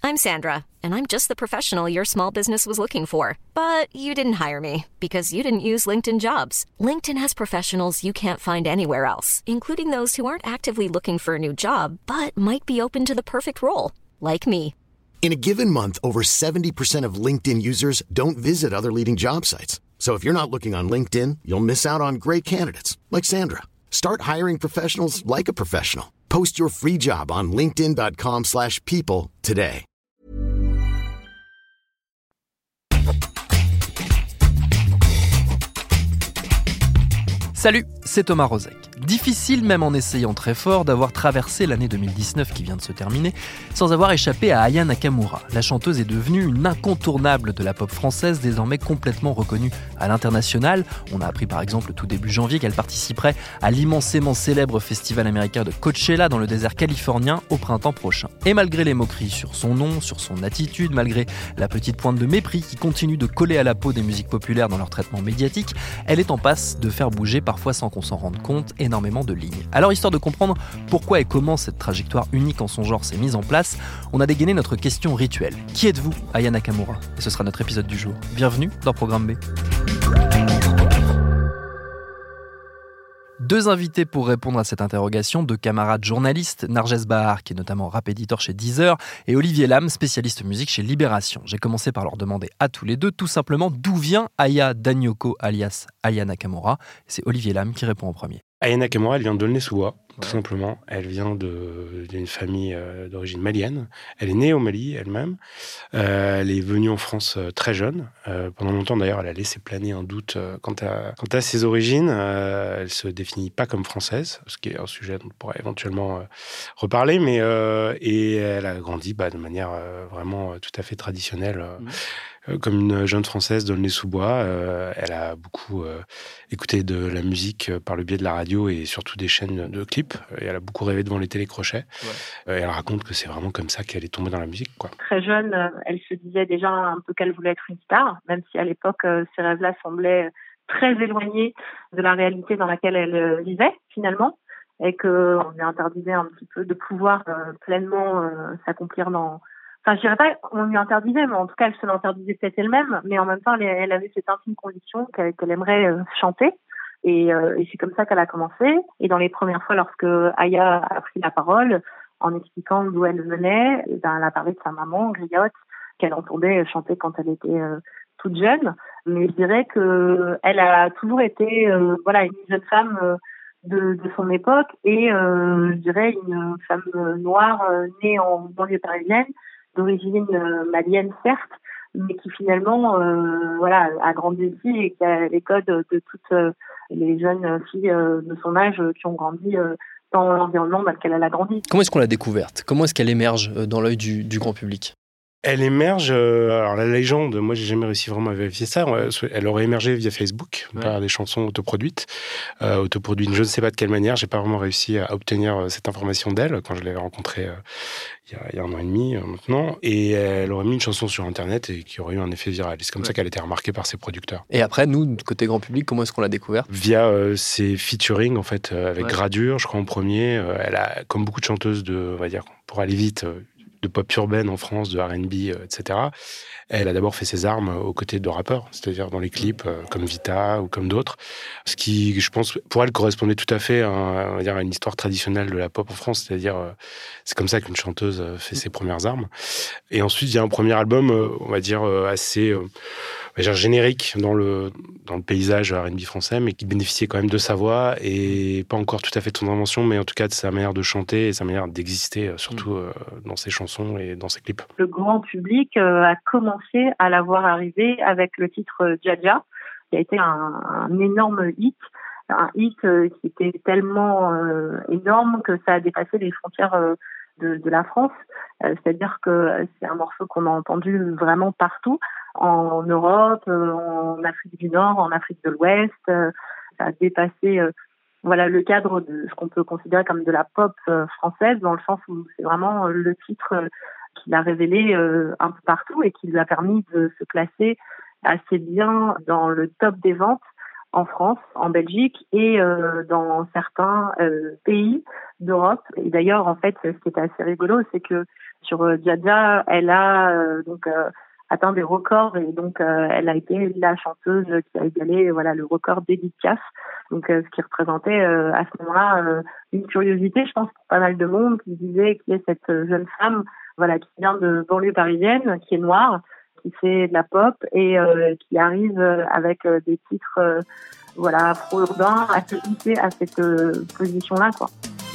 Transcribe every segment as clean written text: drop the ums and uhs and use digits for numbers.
I'm Sandra, and I'm just the professional your small business was looking for. But you didn't hire me because you didn't use LinkedIn Jobs. LinkedIn has professionals you can't find anywhere else, including those who aren't actively looking for a new job, but might be open to the perfect role, like me. In a given month, over 70% of LinkedIn users don't visit other leading job sites. So if you're not looking on LinkedIn, you'll miss out on great candidates like Sandra. Start hiring professionals like a professional. Post your free job on linkedin.com/people today. Salut, c'est Thomas Rozek. Difficile, même en essayant très fort, d'avoir traversé l'année 2019 qui vient de se terminer sans avoir échappé à Aya Nakamura. La chanteuse est devenue une incontournable de la pop française, désormais complètement reconnue à l'international. On a appris par exemple tout début janvier qu'elle participerait à l'immensément célèbre festival américain de Coachella dans le désert californien au printemps prochain. Et malgré les moqueries sur son nom, sur son attitude, malgré la petite pointe de mépris qui continue de coller à la peau des musiques populaires dans leur traitement médiatique, elle est en passe de faire bouger, parfois sans qu'on s'en rende compte, énormément de lignes. Alors, histoire de comprendre pourquoi et comment cette trajectoire unique en son genre s'est mise en place, on a dégainé notre question rituelle. Qui êtes-vous, Aya Nakamura ? Et ce sera notre épisode du jour. Bienvenue dans Programme B. Deux invités pour répondre à cette interrogation, deux camarades journalistes, Narges Bahar, qui est notamment rap éditeur chez Deezer, et Olivier Lam, spécialiste musique chez Libération. J'ai commencé par leur demander à tous les deux tout simplement d'où vient Aya Danyoko alias Aya Nakamura. C'est Olivier Lam qui répond en premier. Aya Nakamura, elle vient d'Aulnay-sous-Bois, tout simplement. Elle vient d'une famille d'origine malienne. Elle est née au Mali elle-même. Elle est venue en France très jeune. Pendant longtemps, d'ailleurs, elle a laissé planer un doute quant à ses origines. Elle se définit pas comme française, ce qui est un sujet dont on pourrait éventuellement reparler. Et elle a grandi de manière vraiment tout à fait traditionnelle. Comme une jeune Française d'Aulnay-sous-Bois, elle a beaucoup écouté de la musique par le biais de la radio et surtout des chaînes de clips. Et elle a beaucoup rêvé devant les télécrochets. Ouais. Et elle raconte que c'est vraiment comme ça qu'elle est tombée dans la musique, quoi. Très jeune, elle se disait déjà un peu qu'elle voulait être une star, même si à l'époque, ces rêves-là semblaient très éloignés de la réalité dans laquelle elle vivait, finalement. Et qu'on lui interdisait un petit peu de pouvoir pleinement s'accomplir dans... Enfin, je dirais pas on lui interdisait, mais en tout cas, elle se l'interdisait peut-être elle-même. Mais en même temps, elle avait cette intime conviction qu'elle aimerait chanter. Et c'est comme ça qu'elle a commencé. Et dans les premières fois, lorsque Aya a pris la parole, en expliquant d'où elle venait, elle a parlé de sa maman, Griotte, qu'elle entendait chanter quand elle était toute jeune. Mais je dirais que elle a toujours été, une jeune femme de son époque et je dirais une femme noire née en banlieue parisienne, d'origine malienne certes, mais qui finalement a grandi ici et qui a les codes de toutes les jeunes filles de son âge qui ont grandi dans l'environnement dans lequel elle a grandi. Comment est-ce qu'on l'a découverte ? Comment est-ce qu'elle émerge dans l'œil du grand public ? Elle émerge, alors la légende, moi j'ai jamais réussi vraiment à vérifier ça, elle aurait émergé via Facebook, par des chansons autoproduites, je ne sais pas de quelle manière, j'ai pas vraiment réussi à obtenir cette information d'elle quand je l'avais rencontrée il y a 1 an et demi maintenant, et elle aurait mis une chanson sur internet et qui aurait eu un effet viral. C'est comme ça qu'elle a été remarquée par ses producteurs. Et après, nous, côté grand public, comment est-ce qu'on l'a découverte ? Via ses featuring en fait, avec Gradure, je crois en premier. Elle a, comme beaucoup de chanteuses pour aller vite, de pop urbaine en France, de R&B, etc. Elle a d'abord fait ses armes aux côtés de rappeurs, c'est-à-dire dans les clips comme Vita ou comme d'autres, ce qui, je pense, pour elle correspondait tout à fait à une histoire traditionnelle de la pop en France, c'est-à-dire c'est comme ça qu'une chanteuse fait ses premières armes. Et ensuite, il y a un premier album, assez générique dans le paysage R&B français, mais qui bénéficiait quand même de sa voix et pas encore tout à fait de son invention, mais en tout cas de sa manière de chanter et sa manière d'exister, surtout dans ses chansons et dans ses clips. Le grand public a commencé à la voir arriver avec le titre Dja, qui a été un énorme hit. Un hit qui était tellement énorme que ça a dépassé les frontières de la France. C'est-à-dire que c'est un morceau qu'on a entendu vraiment partout, en Europe, en Afrique du Nord, en Afrique de l'Ouest. Ça a dépassé le cadre de ce qu'on peut considérer comme de la pop française, dans le sens où c'est vraiment le titre qui l'a révélé un peu partout et qui lui a permis de se placer assez bien dans le top des ventes en France, en Belgique et dans certains pays d'Europe. Et d'ailleurs, en fait, ce qui était assez rigolo, c'est que Sur Dja, elle a atteint des records et donc elle a été la chanteuse qui a égalé le record d'Edith Piaf. Donc ce qui représentait à ce moment-là une curiosité, je pense, pour pas mal de monde qui disait qui est cette jeune femme qui vient de banlieue parisienne, qui est noire, qui fait de la pop et qui arrive avec des titres afro-urbains à se hisser à cette position-là, quoi.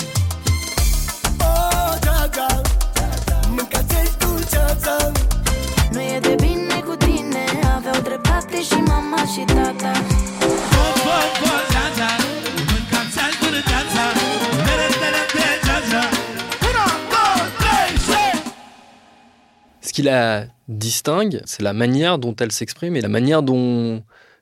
Ce qui la distingue, c'est la manière dont elle s'exprime et la manière dont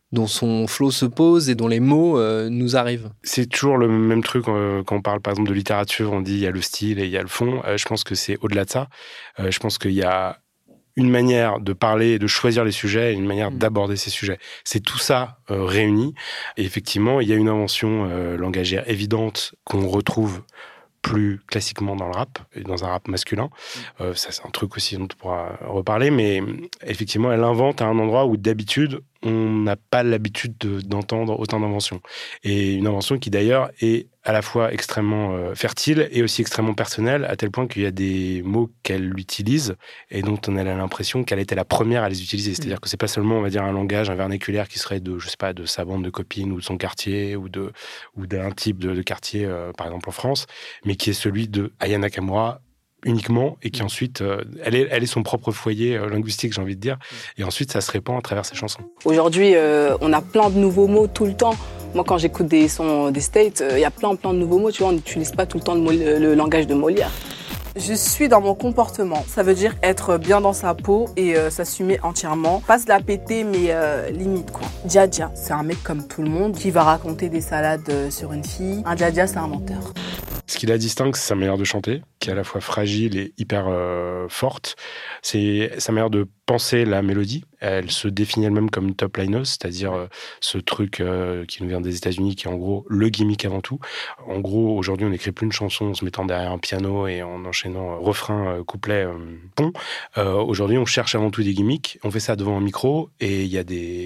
son flow se pose et dont les mots nous arrivent. C'est toujours le même truc quand on parle par exemple de littérature, on dit il y a le style et il y a le fond. Je pense que c'est au-delà de ça. Je pense qu'il y a une manière de parler, de choisir les sujets et une manière d'aborder ces sujets. C'est tout ça réuni. Et effectivement, il y a une invention langagière évidente qu'on retrouve plus classiquement dans le rap, et dans un rap masculin. Ça, c'est un truc aussi dont on pourra reparler, mais effectivement, elle invente à un endroit où d'habitude, on n'a pas l'habitude d'entendre autant d'inventions. Et une invention qui d'ailleurs est à la fois extrêmement fertile et aussi extrêmement personnelle, à tel point qu'il y a des mots qu'elle utilise et dont on a l'impression qu'elle était la première à les utiliser. C'est-à-dire que c'est pas seulement, on va dire, un langage, un vernaculaire qui serait de sa bande de copines ou de son quartier ou d'un type de quartier, par exemple en France, mais qui est celui de Aya Nakamura uniquement, et qui ensuite, elle est son propre foyer linguistique, j'ai envie de dire, et ensuite ça se répand à travers ses chansons. Aujourd'hui, on a plein de nouveaux mots tout le temps. Moi, quand j'écoute des sons des States, il y a plein de nouveaux mots, tu vois, on n'utilise pas tout le temps le langage de Molière. Je suis dans mon comportement. Ça veut dire être bien dans sa peau et s'assumer entièrement. Pas se la péter, mais limite, quoi. Dja, c'est un mec comme tout le monde qui va raconter des salades sur une fille. Un Dja, c'est un menteur. Ce qui la distingue, c'est sa manière de chanter, qui est à la fois fragile et hyper forte. C'est sa manière de penser la mélodie. Elle se définit elle-même comme une top lineuse, c'est-à-dire ce truc qui nous vient des États-Unis, qui est en gros le gimmick avant tout. En gros, aujourd'hui, on n'écrit plus une chanson en se mettant derrière un piano et en enchaînant refrain, couplet, pont. Aujourd'hui, on cherche avant tout des gimmicks. On fait ça devant un micro et il y a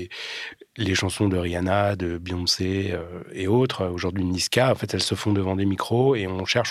les chansons de Rihanna, de Beyoncé et autres, aujourd'hui Niska, en fait, elles se font devant des micros et on cherche,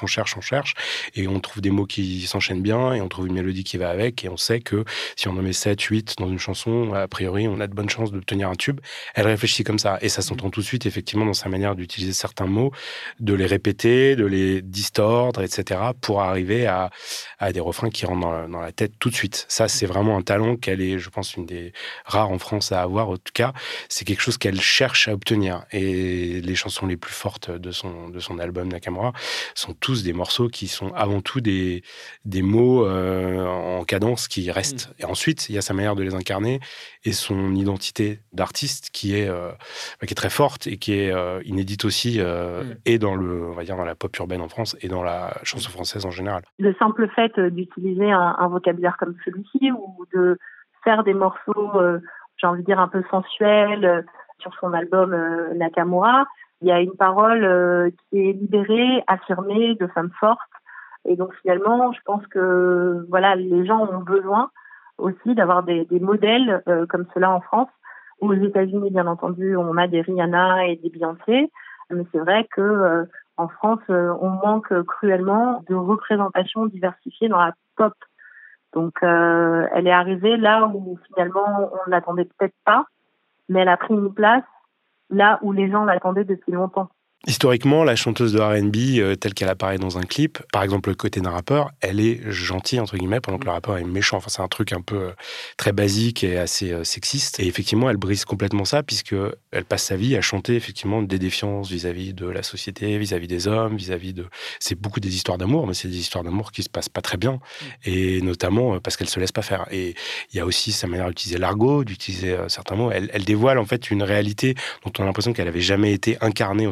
et on trouve des mots qui s'enchaînent bien et on trouve une mélodie qui va avec, et on sait que si on en met 7, 8 dans une chanson, a priori, on a de bonnes chances d'obtenir un tube. Elle réfléchit comme ça, et ça s'entend tout de suite, effectivement, dans sa manière d'utiliser certains mots, de les répéter, de les distordre, etc., pour arriver à des refrains qui rentrent dans la tête tout de suite. Ça, c'est vraiment un talent qu'elle est, je pense, une des rares en France à avoir, en tout cas. C'est quelque chose qu'elle cherche à obtenir. Et les chansons les plus fortes de son album Nakamura sont tous des morceaux qui sont avant tout des mots en cadence qui restent. Et ensuite, il y a sa manière de les incarner et son identité d'artiste qui est très forte et qui est inédite aussi, et dans dans la pop urbaine en France et dans la chanson française en général. Le simple fait d'utiliser un vocabulaire comme celui-ci ou de faire des morceaux j'ai envie de dire un peu sensuel sur son album Nakamura. Il y a une parole qui est libérée, affirmée, de femme forte. Et donc finalement, je pense que les gens ont besoin aussi d'avoir des modèles comme cela en France. Aux États-Unis, bien entendu, on a des Rihanna et des Beyoncé. Mais c'est vrai que en France, on manque cruellement de représentation diversifiée dans la pop. Donc, elle est arrivée là où finalement on ne l'attendait peut-être pas, mais elle a pris une place là où les gens l'attendaient depuis longtemps. Historiquement, la chanteuse de R&B, telle qu'elle apparaît dans un clip, par exemple le côté d'un rappeur, elle est gentille, entre guillemets, pendant que le rappeur est méchant. Enfin, c'est un truc un peu très basique et assez sexiste. Et effectivement, elle brise complètement ça, puisqu'elle passe sa vie à chanter effectivement des défiances vis-à-vis de la société, vis-à-vis des hommes, vis-à-vis de... C'est beaucoup des histoires d'amour, mais c'est des histoires d'amour qui se passent pas très bien. Et notamment parce qu'elle se laisse pas faire. Et il y a aussi sa manière d'utiliser l'argot, d'utiliser certains mots. Elle dévoile en fait une réalité dont on a l'impression qu'elle avait jamais été incarnée, en tout cas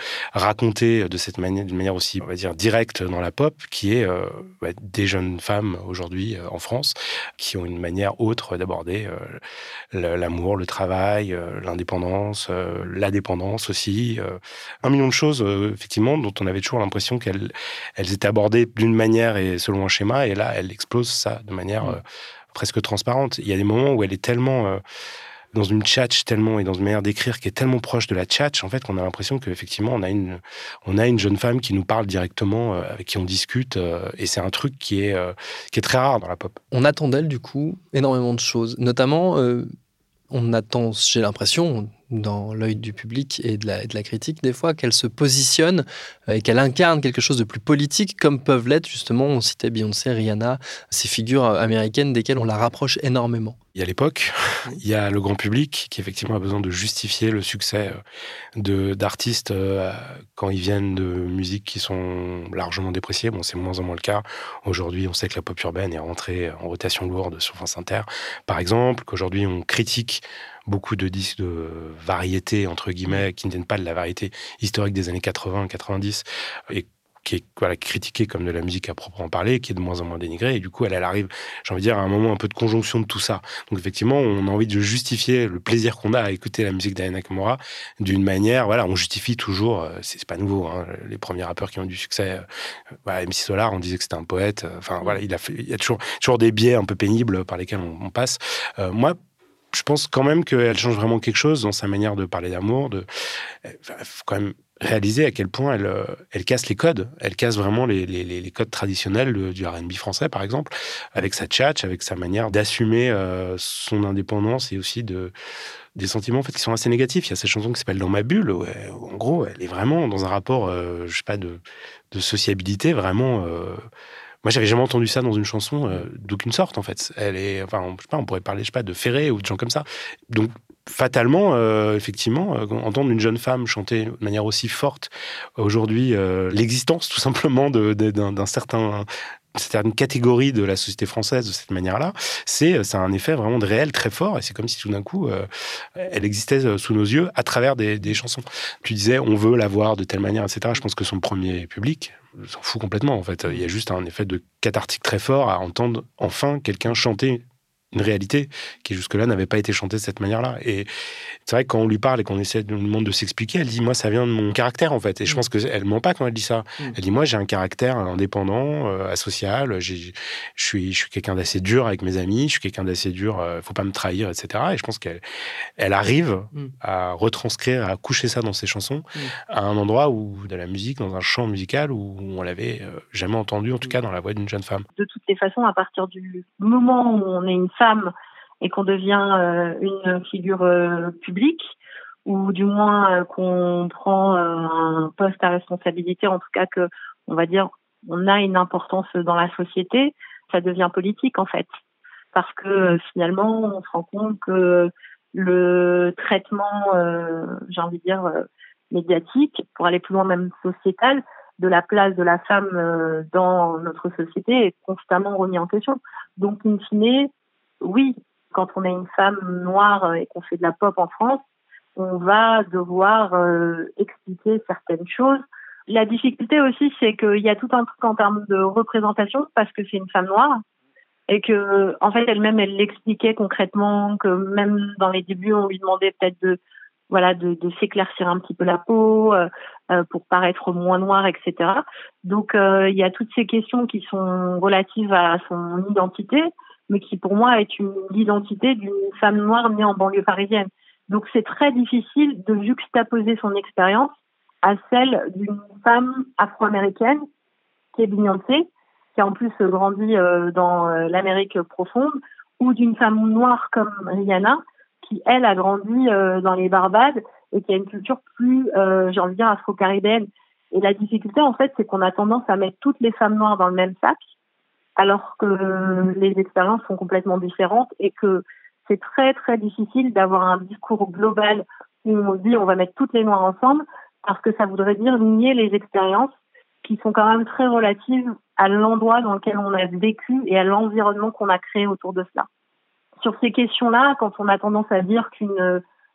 raconté d'une manière aussi, on va dire, directe dans la pop, qui est des jeunes femmes aujourd'hui en France qui ont une manière autre d'aborder l'amour, le travail, l'indépendance, la dépendance aussi. 1 million de choses, effectivement, dont on avait toujours l'impression qu'elles étaient abordées d'une manière et selon un schéma, et là, elle explose ça de manière presque transparente. Il y a des moments où elle est tellement dans une tchatch et dans une manière d'écrire qui est tellement proche de la tchatch, en fait, qu'on a l'impression qu'effectivement, on a une jeune femme qui nous parle directement, avec qui on discute, et c'est un truc qui est très rare dans la pop. On attend d'elle, du coup, énormément de choses. Notamment, on attend, j'ai l'impression, dans l'œil du public et de la critique, des fois, qu'elle se positionne et qu'elle incarne quelque chose de plus politique, comme peuvent l'être, justement, on citait Beyoncé, Rihanna, ces figures américaines desquelles on la rapproche énormément. Il y a l'époque, il y a le grand public qui effectivement a besoin de justifier le succès d'artistes quand ils viennent de musiques qui sont largement dépréciées. Bon, c'est moins en moins le cas. Aujourd'hui, on sait que la pop urbaine est rentrée en rotation lourde sur France Inter, par exemple, qu'aujourd'hui on critique beaucoup de disques de variété, entre guillemets, qui ne viennent pas de la variété historique des années 80, 90, et qui est critiquée comme de la musique à proprement parler, qui est de moins en moins dénigrée, et du coup, elle arrive, j'ai envie de dire, à un moment un peu de conjonction de tout ça. Donc effectivement, on a envie de justifier le plaisir qu'on a à écouter la musique d'Aya Nakamura d'une manière, voilà, on justifie toujours, c'est pas nouveau, hein, les premiers rappeurs qui ont eu du succès, MC Solar, on disait que c'était un poète, voilà, il y a toujours des biais un peu pénibles par lesquels on passe. Moi, je pense quand même qu'elle change vraiment quelque chose dans sa manière de parler d'amour. Il faut quand même réaliser à quel point elle casse les codes. Elle casse vraiment les codes traditionnels du R&B français, par exemple, avec sa tchatch, avec sa manière d'assumer son indépendance et aussi des sentiments en fait, qui sont assez négatifs. Il y a cette chanson qui s'appelle « Dans ma bulle », où en gros, elle est vraiment dans un rapport, je sais pas, de sociabilité, vraiment... Moi, j'avais jamais entendu ça dans une chanson d'aucune sorte, en fait. Elle est, enfin, je sais pas, on pourrait parler, je sais pas, de Ferré ou de gens comme ça. Donc, fatalement, effectivement, entendre une jeune femme chanter de manière aussi forte aujourd'hui l'existence, tout simplement, d'un certain... certaines catégories de la société française de cette manière-là, ça a un effet vraiment de réel très fort, et c'est comme si tout d'un coup, elle existait sous nos yeux à travers des chansons. Tu disais, on veut la voir de telle manière, etc. Je pense que son premier public s'en fout complètement, en fait. Il y a juste un effet de cathartique très fort à entendre enfin quelqu'un chanter une réalité qui jusque-là n'avait pas été chantée de cette manière-là. Et c'est vrai que quand on lui parle et qu'on essaie de lui demander de s'expliquer, elle dit, moi, ça vient de mon caractère, en fait. Et je pense qu'elle ment pas quand elle dit ça. Elle dit, moi, j'ai un caractère indépendant, asocial, je suis quelqu'un d'assez dur avec mes amis, je suis quelqu'un d'assez dur, faut pas me trahir, etc. Et je pense qu'elle arrive à retranscrire, à coucher ça dans ses chansons, à un endroit où, de la musique, dans un champ musical où on l'avait jamais entendu, en tout cas dans la voix d'une jeune femme. De toutes les façons, à partir du moment où on est une femme et qu'on devient une figure publique, ou du moins qu'on prend un poste à responsabilité, en tout cas que, on va dire, on a une importance dans la société, ça devient politique en fait. Parce que finalement, on se rend compte que le traitement, j'ai envie de dire, médiatique, pour aller plus loin même sociétal, de la place de la femme dans notre société est constamment remis en question. Donc, in fine, oui, quand on est une femme noire et qu'on fait de la pop en France, on va devoir expliquer certaines choses. La difficulté aussi, c'est qu'il y a tout un truc en termes de représentation, parce que c'est une femme noire, et que, en fait, elle-même, elle l'expliquait concrètement, que même dans les débuts, on lui demandait peut-être de s'éclaircir un petit peu la peau pour paraître moins noire, etc. Donc, il y a toutes ces questions qui sont relatives à son identité, mais qui, pour moi, est l'identité d'une femme noire née en banlieue parisienne. Donc, c'est très difficile de juxtaposer son expérience à celle d'une femme afro-américaine qui est Beyoncé, qui a en plus grandi dans l'Amérique profonde, ou d'une femme noire comme Rihanna, qui, elle, a grandi dans les Barbades et qui a une culture plus, j'ai envie de dire, afro-caribéenne. Et la difficulté, en fait, c'est qu'on a tendance à mettre toutes les femmes noires dans le même sac, alors que les expériences sont complètement différentes et que c'est très, très difficile d'avoir un discours global où on dit on va mettre toutes les noires ensemble, parce que ça voudrait dire nier les expériences qui sont quand même très relatives à l'endroit dans lequel on a vécu et à l'environnement qu'on a créé autour de cela. Sur ces questions-là, quand on a tendance à dire qu'une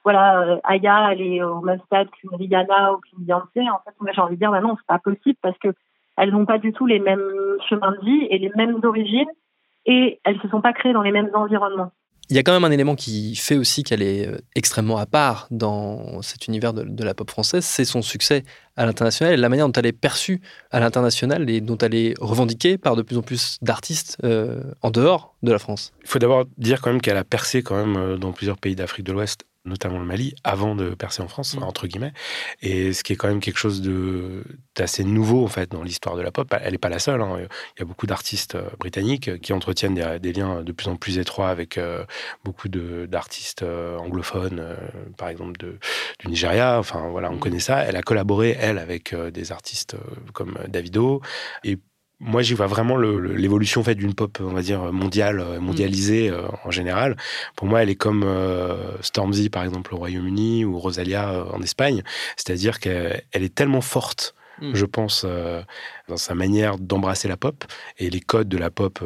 Aya, elle est au même stade qu'une Rihanna ou qu'une Beyoncé. En fait, moi, j'ai envie de dire, non, c'est pas possible parce que elles n'ont pas du tout les mêmes chemins de vie et les mêmes origines et elles se sont pas créées dans les mêmes environnements. Il y a quand même un élément qui fait aussi qu'elle est extrêmement à part dans cet univers de la pop française, c'est son succès à l'international et la manière dont elle est perçue à l'international et dont elle est revendiquée par de plus en plus d'artistes en dehors de la France. Il faut d'abord dire quand même qu'elle a percé quand même dans plusieurs pays d'Afrique de l'Ouest, notamment le Mali, avant de percer en France, entre guillemets. Et ce qui est quand même quelque chose d'assez nouveau, en fait, dans l'histoire de la pop. Elle n'est pas la seule. Hein. Il y a beaucoup d'artistes britanniques qui entretiennent des liens de plus en plus étroits avec beaucoup d'artistes anglophones, par exemple du Nigeria. Enfin, voilà, on connaît ça. Elle a collaboré, elle, avec des artistes comme Davido. Et moi, j'y vois vraiment l'évolution en fait, d'une pop, on va dire, mondialisée en général. Pour moi, elle est comme Stormzy, par exemple, au Royaume-Uni, ou Rosalia en Espagne. C'est-à-dire qu'elle est tellement forte, je pense, dans sa manière d'embrasser la pop, et les codes de la pop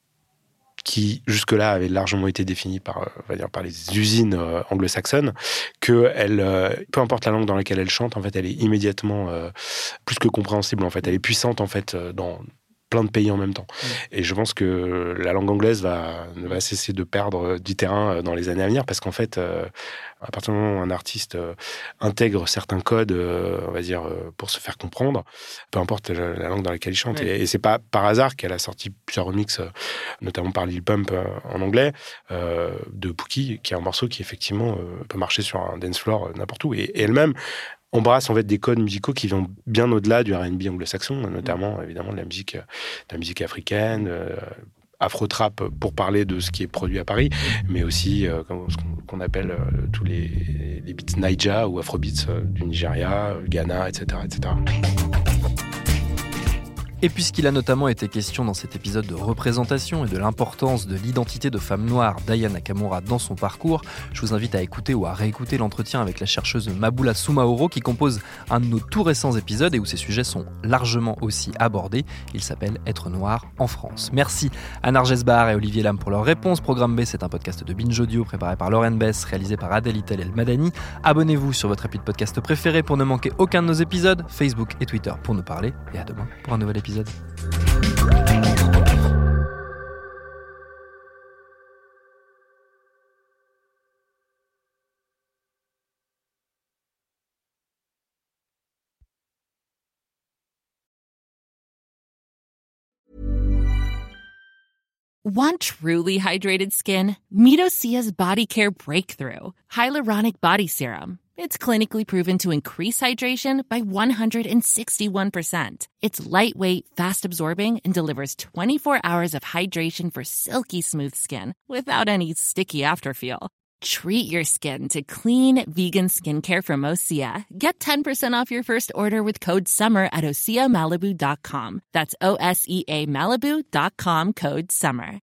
qui, jusque-là, avaient largement été définis par les usines anglo-saxonnes, qu'elle, peu importe la langue dans laquelle elle chante, en fait, elle est immédiatement plus que compréhensible, en fait. Elle est puissante, en fait, dans plein de pays en même temps. Et je pense que la langue anglaise ne va cesser de perdre du terrain dans les années à venir, parce qu'en fait, à partir du moment où un artiste intègre certains codes, on va dire, pour se faire comprendre, peu importe la langue dans laquelle il chante. Et c'est pas par hasard qu'elle a sorti plusieurs remixes, notamment par Lil Pump en anglais, de Pookie, qui est un morceau qui, effectivement, peut marcher sur un dance floor n'importe où. Et elle-même embrasse en fait des codes musicaux qui vont bien au-delà du R&B anglo-saxon, notamment évidemment de la musique africaine, afro-trap pour parler de ce qui est produit à Paris, mais aussi ce qu'on appelle tous les beats Naija ou afrobeats du Nigeria, Ghana, etc., etc. Et puisqu'il a notamment été question dans cet épisode de représentation et de l'importance de l'identité de femme noire d'Aya Nakamura dans son parcours, je vous invite à écouter ou à réécouter l'entretien avec la chercheuse Maboula Soumaoro qui compose un de nos tout récents épisodes et où ces sujets sont largement aussi abordés. Il s'appelle « Être noir en France ». Merci à Narges Bahar et Olivier Lam pour leurs réponses. Programme B, c'est un podcast de Binge Audio préparé par Lauren Bess, réalisé par Adèle Itel El Madani. Abonnez-vous sur votre appli de podcast préféré pour ne manquer aucun de nos épisodes, Facebook et Twitter pour nous parler. Et à demain pour un nouvel épisode. Want truly hydrated skin? Meet Osea's Body Care Breakthrough Hyaluronic Body Serum. It's clinically proven to increase hydration by 161%. It's lightweight, fast-absorbing, and delivers 24 hours of hydration for silky smooth skin without any sticky afterfeel. Treat your skin to clean, vegan skincare from Osea. Get 10% off your first order with code SUMMER at OseaMalibu.com. That's OSEA Malibu.com, code SUMMER.